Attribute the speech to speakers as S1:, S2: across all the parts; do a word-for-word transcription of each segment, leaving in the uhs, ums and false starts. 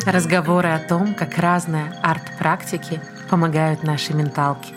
S1: Разговоры о том, как разные арт-практики помогают нашей менталке.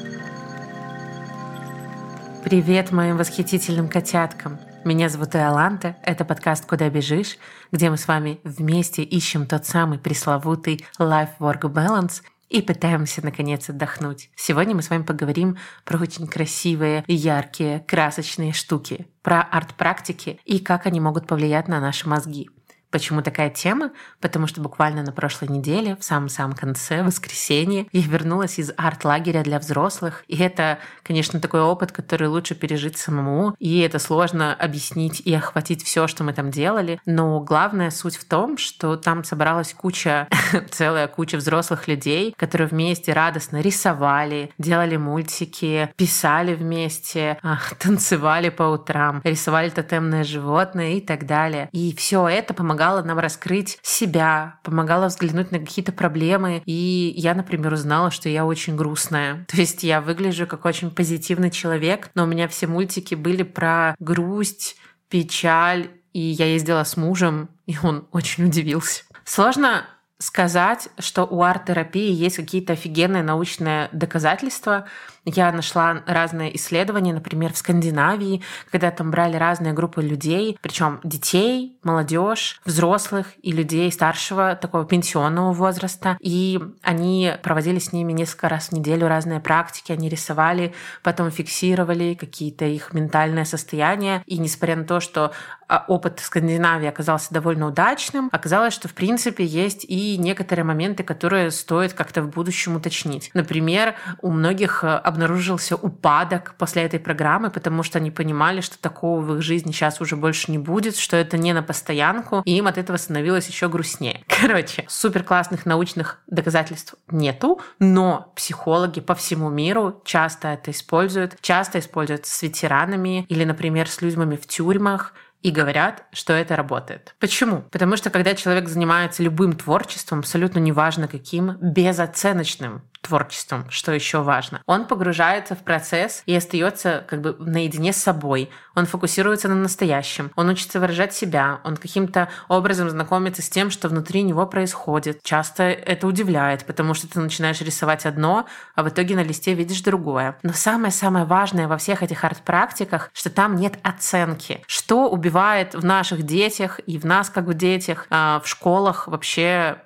S1: Привет моим восхитительным котяткам! Меня зовут Иоланта, это подкаст «Куда бежишь?», где мы с вами вместе ищем тот самый пресловутый life-work balance и пытаемся, наконец, отдохнуть. Сегодня мы с вами поговорим про очень красивые, яркие, красочные штуки, про арт-практики и как они могут повлиять на наши мозги. Почему такая тема? Потому что буквально на прошлой неделе, в самом-самом конце, в воскресенье, я вернулась из арт-лагеря для взрослых. И это, конечно, такой опыт, который лучше пережить самому. И это сложно объяснить и охватить все, что мы там делали. Но главная суть в том, что там собралась куча, целая куча взрослых людей, которые вместе радостно рисовали, делали мультики, писали вместе, танцевали по утрам, рисовали тотемное животное и так далее. И все это помогало нам раскрыть себя, помогала взглянуть на какие-то проблемы. И я, например, узнала, что я очень грустная. То есть я выгляжу как очень позитивный человек, но у меня все мультики были про грусть, печаль, и я ездила с мужем, и он очень удивился. Сложно сказать, что у арт-терапии есть какие-то офигенные научные доказательства. Я нашла разные исследования, например, в Скандинавии, когда там брали разные группы людей, причем детей, молодежь, взрослых и людей старшего, такого пенсионного возраста. И они проводили с ними несколько раз в неделю разные практики, они рисовали, потом фиксировали какие-то их ментальные состояния. И несмотря на то, что опыт в Скандинавии оказался довольно удачным, оказалось, что в принципе есть и некоторые моменты, которые стоит как-то в будущем уточнить. Например, у многих обнаружился упадок после этой программы, потому что они понимали, что такого в их жизни сейчас уже больше не будет, что это не на постоянку, и им от этого становилось еще грустнее. Короче, супер классных научных доказательств нету, но психологи по всему миру часто это используют, часто используют с ветеранами или, например, с людьми в тюрьмах, и говорят, что это работает. Почему? Потому что когда человек занимается любым творчеством, абсолютно неважно каким, безоценочным творчеством, что еще важно, он погружается в процесс и остается как бы наедине с собой. Он фокусируется на настоящем, он учится выражать себя, он каким-то образом знакомится с тем, что внутри него происходит. Часто это удивляет, потому что ты начинаешь рисовать одно, а в итоге на листе видишь другое. Но самое-самое важное во всех этих арт-практиках, что там нет оценки. Что убивает в наших детях и в нас как в детях, в школах вообще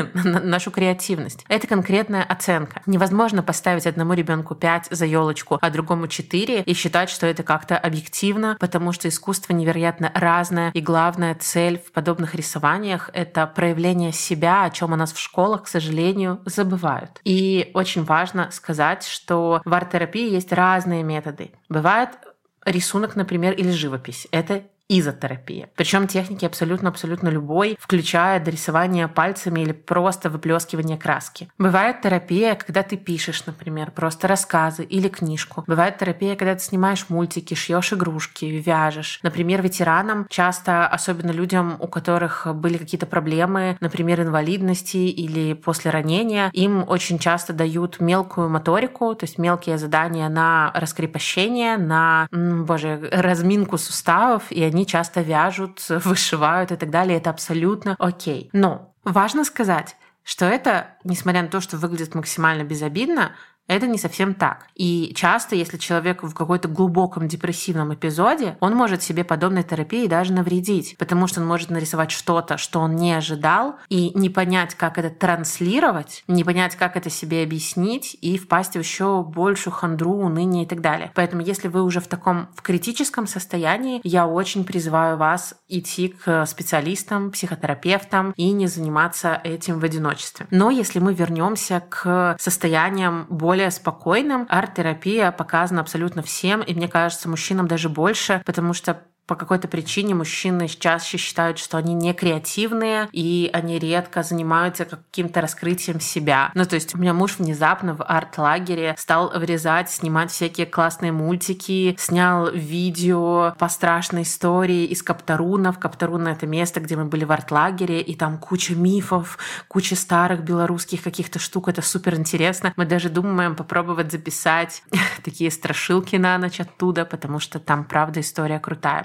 S1: нашу креативность? Это конкретная оценка. Невозможно поставить одному ребенку пять за елочку, а другому четыре и считать, что это как-то объективно, потому что искусство невероятно разное, и главная цель в подобных рисованиях — это проявление себя, о чем у нас в школах, к сожалению, забывают. И очень важно сказать, что в арт-терапии есть разные методы. Бывает рисунок, например, или живопись. Это изотерапия. Причем техники абсолютно-абсолютно любой, включая дорисование пальцами или просто выплескивание краски. Бывает терапия, когда ты пишешь, например, просто рассказы или книжку. Бывает терапия, когда ты снимаешь мультики, шьешь игрушки, вяжешь. Например, ветеранам часто, особенно людям, у которых были какие-то проблемы, например, инвалидности или после ранения, им очень часто дают мелкую моторику, то есть мелкие задания на раскрепощение, на, м, боже, разминку суставов, и они часто вяжут, вышивают и так далее. Это абсолютно окей. Но важно сказать, что это, несмотря на то, что выглядит максимально безобидно, это не совсем так. И часто, если человек в какой-то глубоком депрессивном эпизоде, он может себе подобной терапией даже навредить, потому что он может нарисовать что-то, что он не ожидал, и не понять, как это транслировать, не понять, как это себе объяснить, и впасть в еще большую хандру, уныние и так далее. Поэтому, если вы уже в таком в критическом состоянии, я очень призываю вас идти к специалистам, психотерапевтам и не заниматься этим в одиночестве. Но если мы вернемся к состояниям более более спокойным, арт-терапия показана абсолютно всем, и мне кажется, мужчинам даже больше, потому что по какой-то причине мужчины чаще считают, что они не креативные, и они редко занимаются каким-то раскрытием себя. Ну, то есть у меня муж внезапно в арт-лагере стал вырезать, снимать всякие классные мультики, снял видео по страшной истории из Каптарунов. Каптаруна — это место, где мы были в арт-лагере, и там куча мифов, куча старых белорусских каких-то штук. Это супер интересно. Мы даже думаем попробовать записать такие страшилки на ночь оттуда, потому что там, правда, история крутая.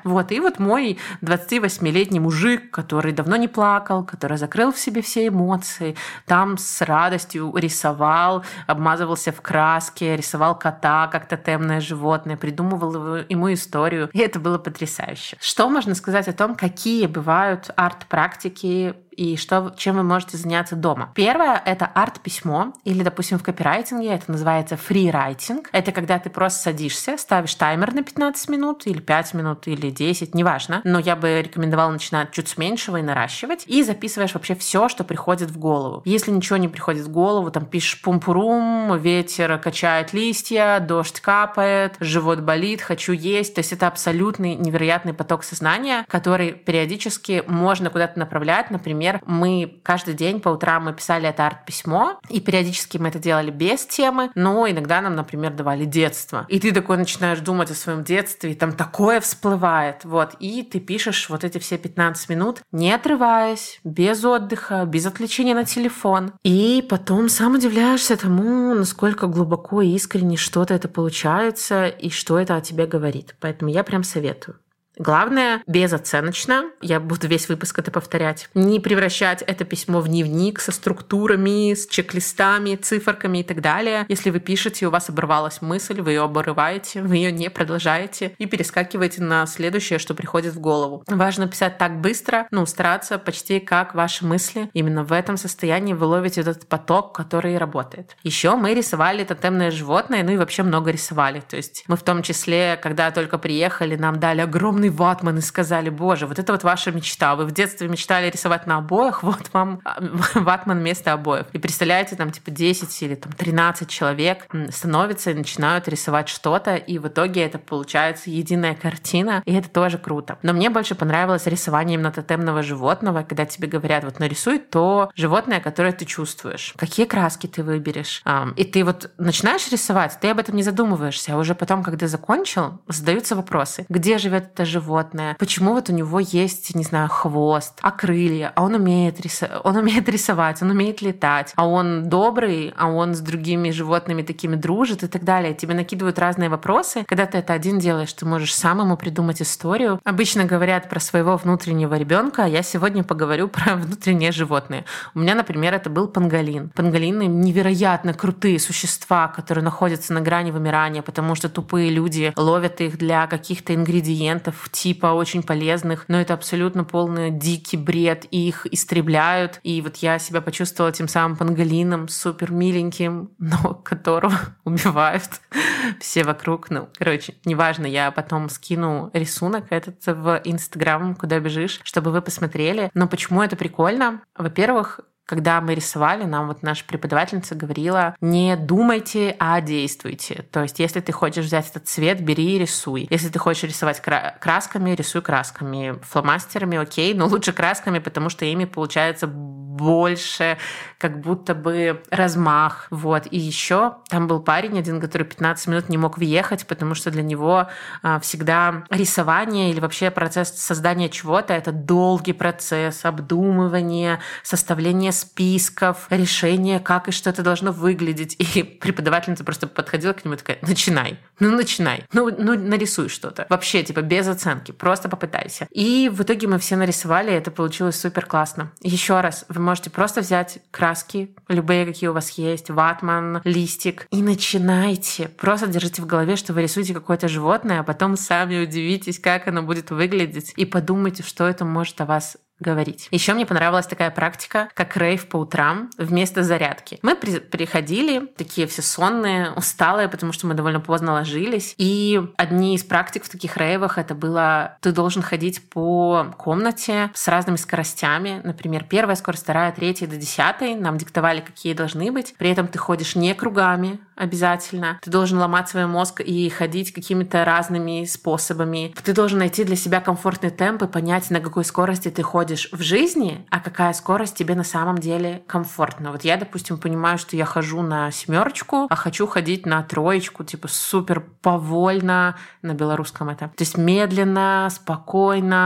S1: Вот, и вот мой двадцативосьмилетний мужик, который давно не плакал, который закрыл в себе все эмоции, там с радостью рисовал, обмазывался в краске, рисовал кота как тотемное животное, придумывал ему историю. И это было потрясающе. Что можно сказать о том, какие бывают арт-практики и что, чем вы можете заняться дома? Первое — это арт-письмо, или, допустим, в копирайтинге это называется фрирайтинг. Это когда ты просто садишься, ставишь таймер на пятнадцать минут, или пять минут, или десять, неважно. Но я бы рекомендовала начинать чуть с меньшего и наращивать. И записываешь вообще все, что приходит в голову. Если ничего не приходит в голову, там пишешь пум-пурум, ветер качает листья, дождь капает, живот болит, хочу есть. То есть это абсолютный невероятный поток сознания, который периодически можно куда-то направлять. Например, мы каждый день по утрам мы писали это арт-письмо, и периодически мы это делали без темы, но иногда нам, например, давали детство. И ты такой начинаешь думать о своем детстве, и там такое всплывает. Вот. И ты пишешь вот эти все пятнадцать минут, не отрываясь, без отдыха, без отвлечения на телефон. И потом сам удивляешься тому, насколько глубоко и искренне что-то это получается, и что это о тебе говорит. Поэтому я прям советую. Главное, безоценочно, я буду весь выпуск это повторять, не превращать это письмо в дневник со структурами, с чек-листами, циферками и так далее. Если вы пишете, у вас оборвалась мысль, вы ее обрываете, вы ее не продолжаете и перескакиваете на следующее, что приходит в голову. Важно писать так быстро, ну, стараться почти как ваши мысли. Именно в этом состоянии вы ловите этот поток, который работает. Еще мы рисовали тотемное животное, ну и вообще много рисовали. То есть мы в том числе, когда только приехали, нам дали огромный ватман и сказали: боже, вот это вот ваша мечта. Вы в детстве мечтали рисовать на обоях, вот вам ватман вместо обоев. И представляете, там типа десять или там тринадцать человек становятся и начинают рисовать что-то, и в итоге это получается единая картина, и это тоже круто. Но мне больше понравилось рисование именно тотемного животного, когда тебе говорят: вот нарисуй то животное, которое ты чувствуешь. Какие краски ты выберешь? И ты вот начинаешь рисовать, ты об этом не задумываешься, а уже потом, когда закончил, задаются вопросы. Где живет это животное? животное, почему вот у него есть, не знаю, хвост, а крылья, а он умеет, рисо... он умеет рисовать, он умеет летать, а он добрый, а он с другими животными такими дружит и так далее. Тебе накидывают разные вопросы. Когда ты это один делаешь, ты можешь сам ему придумать историю. Обычно говорят про своего внутреннего ребенка, а я сегодня поговорю про внутреннее животное. У меня, например, это был панголин. Панголины невероятно крутые существа, которые находятся на грани вымирания, потому что тупые люди ловят их для каких-то ингредиентов, типа очень полезных, но это абсолютно полный дикий бред, и их истребляют. И вот я себя почувствовала тем самым панголином, супер миленьким, но которого убивают все вокруг. Ну, короче, неважно, я потом скину рисунок этот в Инстаграм, куда бежишь, чтобы вы посмотрели. Но почему это прикольно? Во-первых, когда мы рисовали, нам вот наша преподавательница говорила: не думайте, а действуйте. То есть, если ты хочешь взять этот цвет, бери и рисуй. Если ты хочешь рисовать красками, рисуй красками. Фломастерами, окей, но лучше красками, потому что ими получается больше, как будто бы размах. Вот. И еще там был парень один, который пятнадцать минут не мог въехать, потому что для него а, всегда рисование или вообще процесс создания чего-то — это долгий процесс обдумывания, составления списков, решения, как и что это должно выглядеть. И преподавательница просто подходила к нему и такая: начинай, ну начинай, ну, ну нарисуй что-то. Вообще, типа, без оценки, просто попытайся. И в итоге мы все нарисовали, и это получилось супер классно. Еще раз, вы можете просто взять краски, любые, какие у вас есть, ватман, листик, и начинайте. Просто держите в голове, что вы рисуете какое-то животное, а потом сами удивитесь, как оно будет выглядеть, и подумайте, что это может о вас говорить. Еще мне понравилась такая практика, как рейв по утрам вместо зарядки. Мы при- приходили, такие все сонные, усталые, потому что мы довольно поздно ложились. И одни из практик в таких рейвах — это было: ты должен ходить по комнате с разными скоростями. Например, первая скорость, вторая, третья до десятой. Нам диктовали, какие должны быть. При этом ты ходишь не кругами обязательно. Ты должен ломать свой мозг и ходить какими-то разными способами. Ты должен найти для себя комфортный темп и понять, на какой скорости ты ходишь в жизни, а какая скорость тебе на самом деле комфортна. Вот я, допустим, понимаю, что я хожу на семерочку, а хочу ходить на троечку, типа супер повольно, на белорусском это. То есть медленно, спокойно, как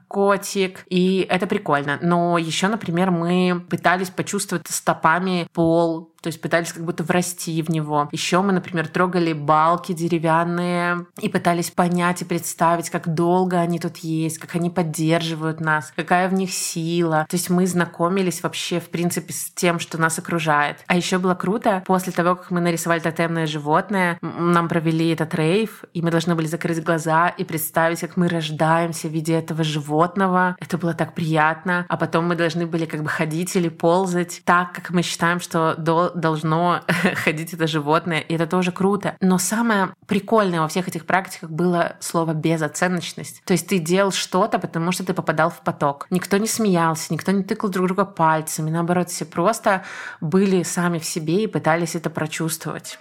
S1: котик, и это прикольно. Но еще, например, мы пытались почувствовать стопами пол, то есть пытались как будто врасти в него. Еще мы, например, трогали балки деревянные и пытались понять и представить, как долго они тут есть, как они поддерживают нас, какая в них сила. То есть мы знакомились вообще, в принципе, с тем, что нас окружает. А еще было круто, после того, как мы нарисовали тотемное животное, нам провели этот рейв, и мы должны были закрыть глаза и представить, как мы рождаемся в виде этого животного. Это было так приятно. А потом мы должны были как бы ходить или ползать так, как мы считаем, что до должно ходить это животное, и это тоже круто. Но самое прикольное во всех этих практиках было слово «безоценочность». То есть ты делал что-то, потому что ты попадал в поток. Никто не смеялся, никто не тыкал друг друга пальцами. Наоборот, все просто были сами в себе и пытались это прочувствовать.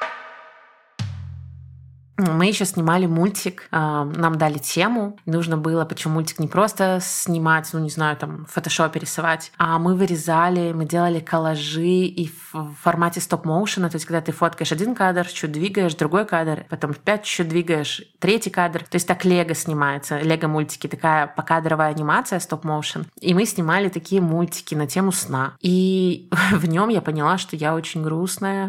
S1: Мы еще снимали мультик, нам дали тему. Нужно было, почему мультик не просто снимать, ну не знаю, там в фотошопе рисовать, а мы вырезали, мы делали коллажи и в формате стоп-моушена, то есть когда ты фоткаешь один кадр, чуть двигаешь, другой кадр, потом опять чуть двигаешь, третий кадр. То есть так лего снимается, лего-мультики, такая покадровая анимация, стоп-моушен. И мы снимали такие мультики на тему сна. И в нем я поняла, что я очень грустная.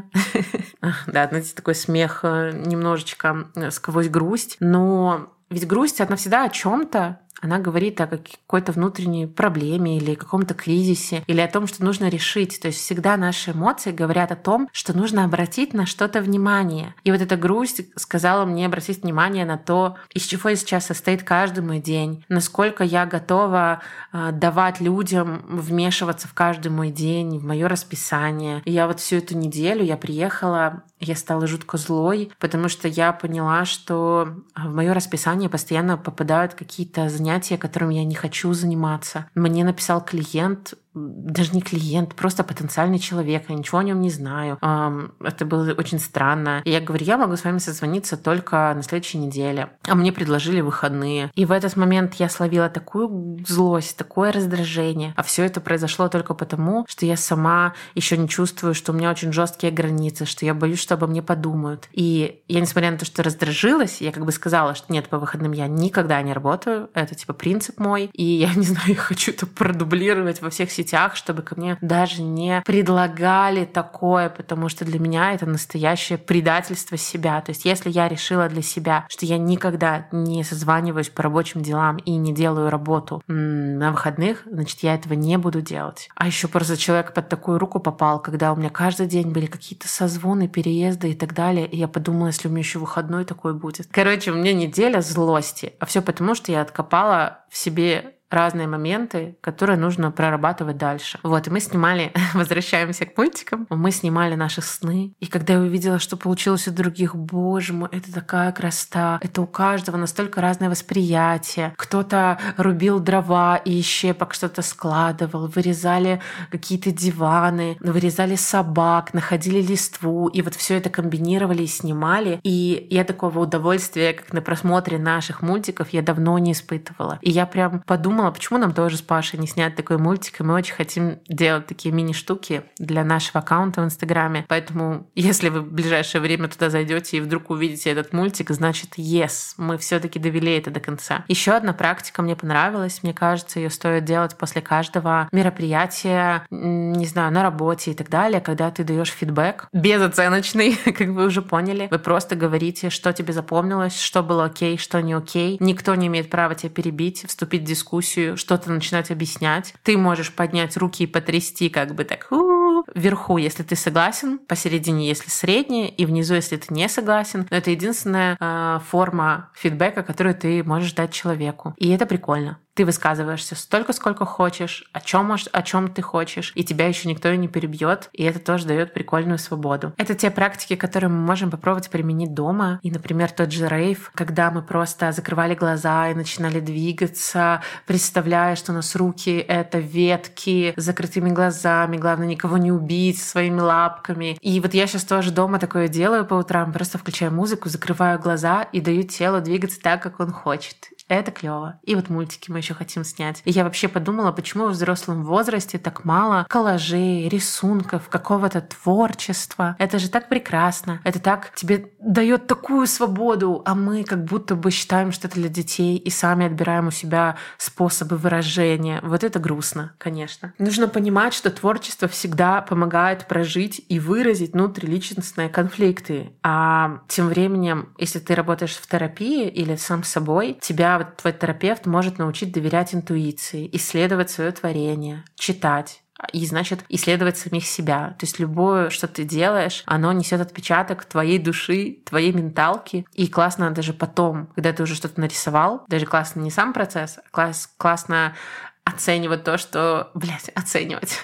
S1: Да, знаете, такой смех немножечко сквозь грусть, но ведь грусть, она всегда о чем-то. Она говорит о какой-то внутренней проблеме или каком-то кризисе, или о том, что нужно решить. То есть всегда наши эмоции говорят о том, что нужно обратить на что-то внимание. И вот эта грусть сказала мне обратить внимание на то, из чего сейчас состоит каждый мой день, насколько я готова давать людям вмешиваться в каждый мой день, в мое расписание. И я вот всю эту неделю я приехала, я стала жутко злой, потому что я поняла, что в мое расписание постоянно попадают какие-то занятия, которыми я не хочу заниматься. Мне написал клиент, даже не клиент, просто потенциальный человек, я ничего о нем не знаю. Это было очень странно. И я говорю, я могу с вами созвониться только на следующей неделе. А мне предложили выходные. И в этот момент я словила такую злость, такое раздражение. А все это произошло только потому, что я сама еще не чувствую, что у меня очень жесткие границы, что я боюсь, что обо мне подумают. И я, несмотря на то, что раздражилась, я как бы сказала, что нет, по выходным я никогда не работаю. Это типа принцип мой. И я не знаю, я хочу это продублировать во всех сетях, чтобы ко мне даже не предлагали такое, потому что для меня это настоящее предательство себя. То есть если я решила для себя, что я никогда не созваниваюсь по рабочим делам и не делаю работу на выходных, значит, я этого не буду делать. А еще просто человек под такую руку попал, когда у меня каждый день были какие-то созвоны, переезды и так далее, и я подумала, если у меня еще выходной такой будет. Короче, у меня неделя злости, а все потому, что я откопала в себе разные моменты, которые нужно прорабатывать дальше. Вот, и мы снимали, возвращаемся к мультикам, мы снимали наши сны. И когда я увидела, что получилось у других, боже мой, это такая красота. Это у каждого настолько разное восприятие. Кто-то рубил дрова и из щепок что-то складывал, вырезали какие-то диваны, вырезали собак, находили листву, и вот все это комбинировали и снимали. И я такого удовольствия, как на просмотре наших мультиков, я давно не испытывала. И я прям подумала, почему нам тоже с Пашей не снять такой мультик, и мы очень хотим делать такие мини-штуки для нашего аккаунта в Инстаграме. Поэтому, если вы в ближайшее время туда зайдете и вдруг увидите этот мультик, значит, yes, мы все-таки довели это до конца. Еще одна практика мне понравилась. Мне кажется, ее стоит делать после каждого мероприятия, не знаю, на работе и так далее, когда ты даешь фидбэк безоценочный, как вы уже поняли. Вы просто говорите, что тебе запомнилось, что было окей, что не окей. Никто не имеет права тебя перебить, вступить в дискуссию, что-то начинать объяснять. Ты можешь поднять руки и потрясти как бы так у-у-у. Вверху, если ты согласен, посередине, если средний, и внизу, если ты не согласен. Но это единственная э, форма фидбэка, которую ты можешь дать человеку. И это прикольно. Ты высказываешься столько, сколько хочешь, о чем, о чем ты хочешь, и тебя еще никто и не перебьет, и это тоже дает прикольную свободу. Это те практики, которые мы можем попробовать применить дома. И, например, тот же рейв, когда мы просто закрывали глаза и начинали двигаться, представляя, что у нас руки — это ветки, с закрытыми глазами, главное никого не убить своими лапками. И вот я сейчас тоже дома такое делаю по утрам, просто включаю музыку, закрываю глаза и даю телу двигаться так, как он хочет. Это клево. И вот мультики мы еще хотим снять. И я вообще подумала, почему в взрослом возрасте так мало коллажей, рисунков, какого-то творчества. Это же так прекрасно. Это так тебе дает такую свободу, а мы как будто бы считаем, что это для детей и сами отбираем у себя способы выражения. Вот это грустно, конечно. Нужно понимать, что творчество всегда помогает прожить и выразить внутриличностные конфликты. А тем временем, если ты работаешь в терапии или сам с собой, тебя вот твой терапевт может научить доверять интуиции, исследовать свое творение, читать. И, значит, исследовать самих себя. То есть любое, что ты делаешь, оно несет отпечаток твоей души, твоей менталки. И классно даже потом, когда ты уже что-то нарисовал, даже классно не сам процесс, а класс, классно оценивать то, что... Блядь, оценивать.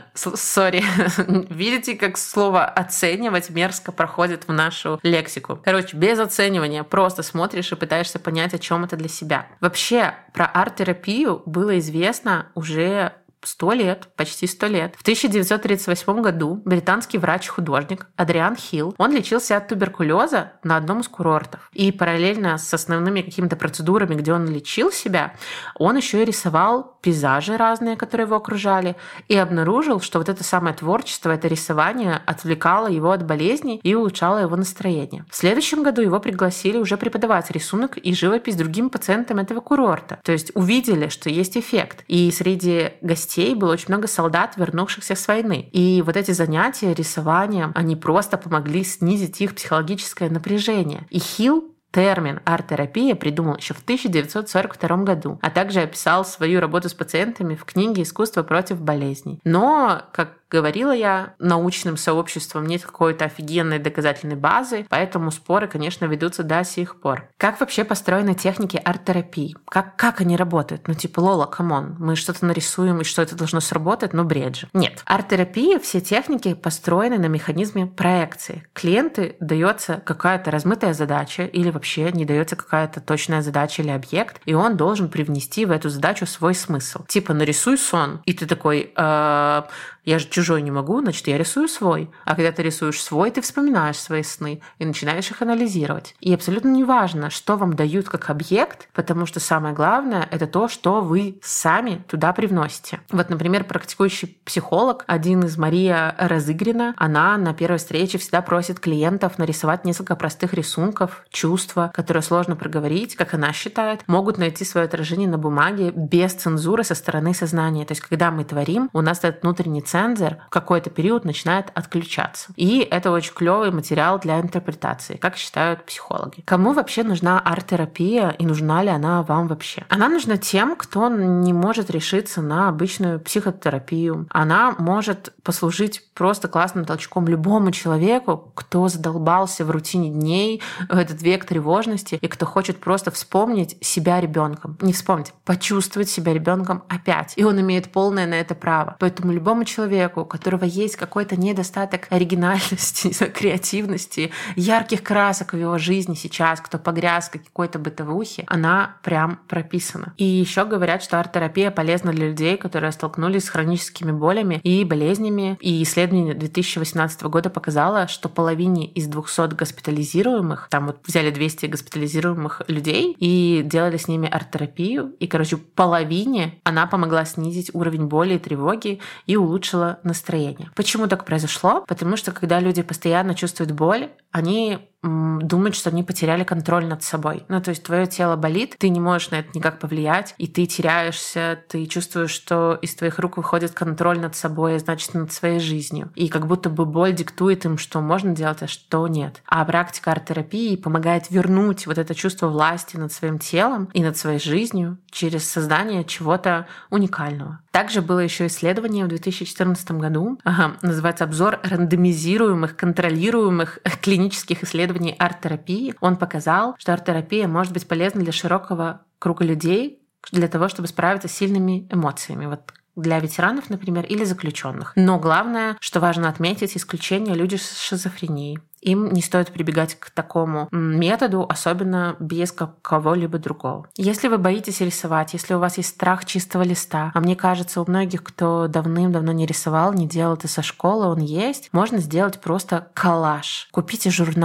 S1: Сори. Видите, как слово «оценивать» мерзко проходит в нашу лексику. Короче, без оценивания. Просто смотришь и пытаешься понять, о чем это для себя. Вообще, про арт-терапию было известно уже Сто лет, почти сто лет. В тысяча девятьсот тридцать восьмом году британский врач-художник Адриан Хилл, он лечился от туберкулеза на одном из курортов. И параллельно с основными какими-то процедурами, где он лечил себя, он еще и рисовал пейзажи разные, которые его окружали, и обнаружил, что вот это самое творчество, это рисование отвлекало его от болезней и улучшало его настроение. В следующем году его пригласили уже преподавать рисунок и живопись другим пациентам этого курорта. То есть увидели, что есть эффект. И среди гостей было очень много солдат, вернувшихся с войны. И вот эти занятия рисованием, они просто помогли снизить их психологическое напряжение. И Хилл термин арт-терапия придумал еще в тысяча девятьсот сорок втором году, а также описал свою работу с пациентами в книге «Искусство против болезней». Но, как говорила я, научным сообществом нет какой-то офигенной доказательной базы, поэтому споры, конечно, ведутся до сих пор. Как вообще построены техники арт-терапии? Как, как они работают? Ну, типа, Лола, камон, мы что-то нарисуем, и что это должно сработать? Ну, бред же. Нет. Арт-терапия, все техники построены на механизме проекции. Клиенту дается какая-то размытая задача или вообще не дается какая-то точная задача или объект, и он должен привнести в эту задачу свой смысл. Типа, нарисуй сон, и ты такой... Э- Я же чужой не могу, значит, я рисую свой. А когда ты рисуешь свой, ты вспоминаешь свои сны и начинаешь их анализировать. И абсолютно не важно, что вам дают как объект, потому что самое главное — это то, что вы сами туда привносите. Вот, например, практикующий психолог, один из Мария Разыгрина, она на первой встрече всегда просит клиентов нарисовать несколько простых рисунков, чувства, которые сложно проговорить, как она считает, могут найти свое отражение на бумаге без цензуры со стороны сознания. То есть, когда мы творим, у нас этот внутренний центр цензор в какой-то период начинает отключаться. И это очень клевый материал для интерпретации, как считают психологи. Кому вообще нужна арт-терапия и нужна ли она вам вообще? Она нужна тем, кто не может решиться на обычную психотерапию. Она может послужить просто классным толчком любому человеку, кто задолбался в рутине дней, в этот век тревожности, и кто хочет просто вспомнить себя ребенком. Не вспомнить, почувствовать себя ребенком опять. И он имеет полное на это право. Поэтому любому человеку, человеку, у которого есть какой-то недостаток оригинальности, креативности, ярких красок в его жизни сейчас, кто погряз в какой-то бытовухе, она прям прописана. И еще говорят, что арт-терапия полезна для людей, которые столкнулись с хроническими болями и болезнями. И исследование две тысячи восемнадцатого года показало, что половине из двухсот госпитализируемых, там вот взяли двести госпитализируемых людей и делали с ними арт-терапию, и, короче, половине она помогла снизить уровень боли и тревоги и улучшила настроение. Почему так произошло? Потому что когда люди постоянно чувствуют боль, они м, думают, что они потеряли контроль над собой. Ну, то есть твое тело болит, ты не можешь на это никак повлиять, и ты теряешься, ты чувствуешь, что из твоих рук выходит контроль над собой, а значит, над своей жизнью. И как будто бы боль диктует им, что можно делать, а что нет. А практика арт-терапии помогает вернуть вот это чувство власти над своим телом и над своей жизнью через создание чего-то уникального. Также было еще исследование в две тысячи четырнадцатом году, ага, называется «Обзор рандомизируемых, контролируемых клинических исследований арт-терапии». Он показал, что арт-терапия может быть полезна для широкого круга людей для того, чтобы справиться с сильными эмоциями. Вот для ветеранов, например, или заключенных. Но главное, что важно отметить, исключение люди с шизофренией. Им не стоит прибегать к такому методу, особенно без кого-либо другого. Если вы боитесь рисовать, если у вас есть страх чистого листа, а мне кажется, у многих, кто давным-давно не рисовал, не делал это со школы, он есть, можно сделать просто коллаж. Купите журнал,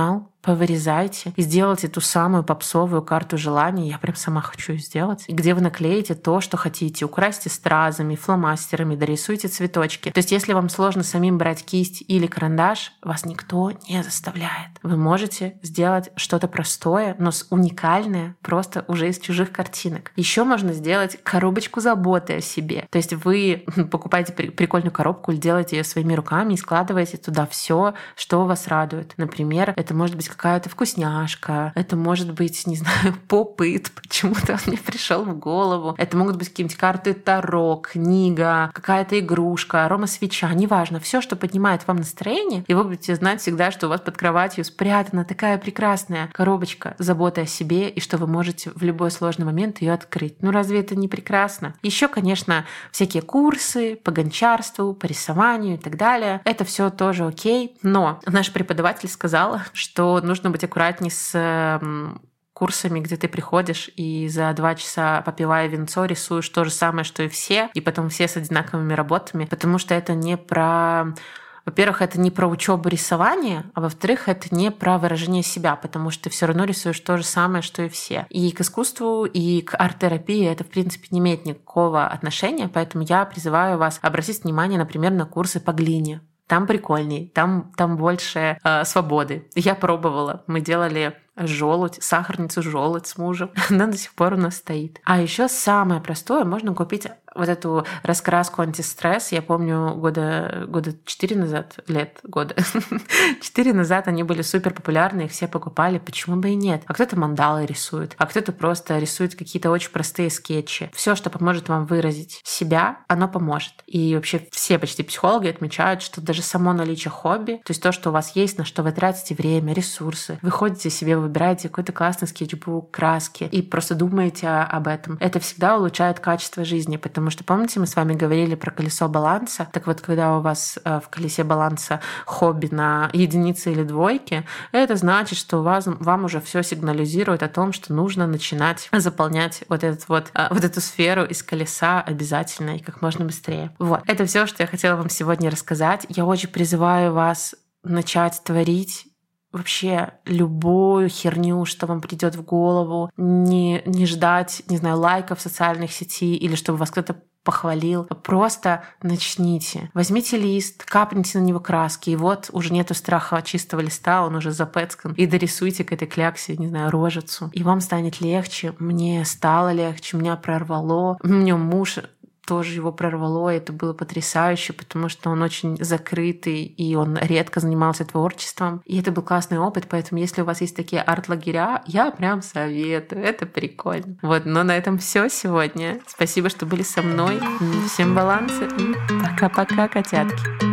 S1: повырезайте и сделайте ту самую попсовую карту желаний. Я прям сама хочу ее сделать. Где вы наклеите то, что хотите. Украсьте стразами, фломастерами, дорисуйте цветочки. То есть если вам сложно самим брать кисть или карандаш, вас никто не заставляет. Вы можете сделать что-то простое, но уникальное, просто уже из чужих картинок. Еще можно сделать коробочку заботы о себе. То есть вы покупаете прикольную коробку или делаете ее своими руками и складываете туда все, что вас радует. Например, это может быть какая-то вкусняшка, это может быть, не знаю, поп-ит, почему-то он мне пришел в голову. Это могут быть какие-нибудь карты Таро, книга, какая-то игрушка, аромасвеча, неважно. Все, что поднимает вам настроение, и вы будете знать всегда, что у вас под кроватью спрятана такая прекрасная коробочка заботы о себе, и что вы можете в любой сложный момент ее открыть. Ну разве это не прекрасно? Еще, конечно, всякие курсы по гончарству, по рисованию и так далее. Это все тоже окей, но наш преподаватель сказал, что нужно быть аккуратней с курсами, где ты приходишь и за два часа, попивая винцо, рисуешь то же самое, что и все, и потом все с одинаковыми работами, потому что это не про... Во-первых, это не про учебу рисования, а во-вторых, это не про выражение себя, потому что ты все равно рисуешь то же самое, что и все. И к искусству, и к арт-терапии это, в принципе, не имеет никакого отношения, поэтому я призываю вас обратить внимание, например, на курсы по глине. Там прикольней, там, там больше э, свободы. Я пробовала. Мы делали желудь, сахарницу желудь с мужем. Она до сих пор у нас стоит. А еще самое простое, можно купить вот эту раскраску антистресс. Я помню года, года четыре назад, лет года, четыре назад они были супер популярны, их все покупали. Почему бы и нет? А кто-то мандалы рисует, а кто-то просто рисует какие-то очень простые скетчи. Все, что поможет вам выразить себя, оно поможет. И вообще все почти психологи отмечают, что даже само наличие хобби, то есть то, что у вас есть, на что вы тратите время, ресурсы, вы ходите себе, выбираете какой-то классный скетчбук, краски и просто думаете об этом. Это всегда улучшает качество жизни, потому что, помните, мы с вами говорили про колесо баланса? Так вот, когда у вас в колесе баланса хобби на единицы или двойки, это значит, что у вас, вам уже все сигнализирует о том, что нужно начинать заполнять вот, этот вот, вот эту сферу из колеса обязательно и как можно быстрее. Вот. Это все, что я хотела вам сегодня рассказать. Я очень призываю вас начать творить вообще любую херню, что вам придет в голову, не, не ждать, не знаю, лайков в социальных сетях или чтобы вас кто-то похвалил. Просто начните. Возьмите лист, капните на него краски, и вот уже нету страха от чистого листа, он уже запэцкан, и дорисуйте к этой кляксе, не знаю, рожицу. И вам станет легче. Мне стало легче, меня прорвало. У меня муж тоже его прорвало, и это было потрясающе, потому что он очень закрытый, и он редко занимался творчеством. И это был классный опыт, поэтому если у вас есть такие арт-лагеря, я прям советую, это прикольно. Вот, но на этом все сегодня. Спасибо, что были со мной. Всем баланса и пока-пока, котятки.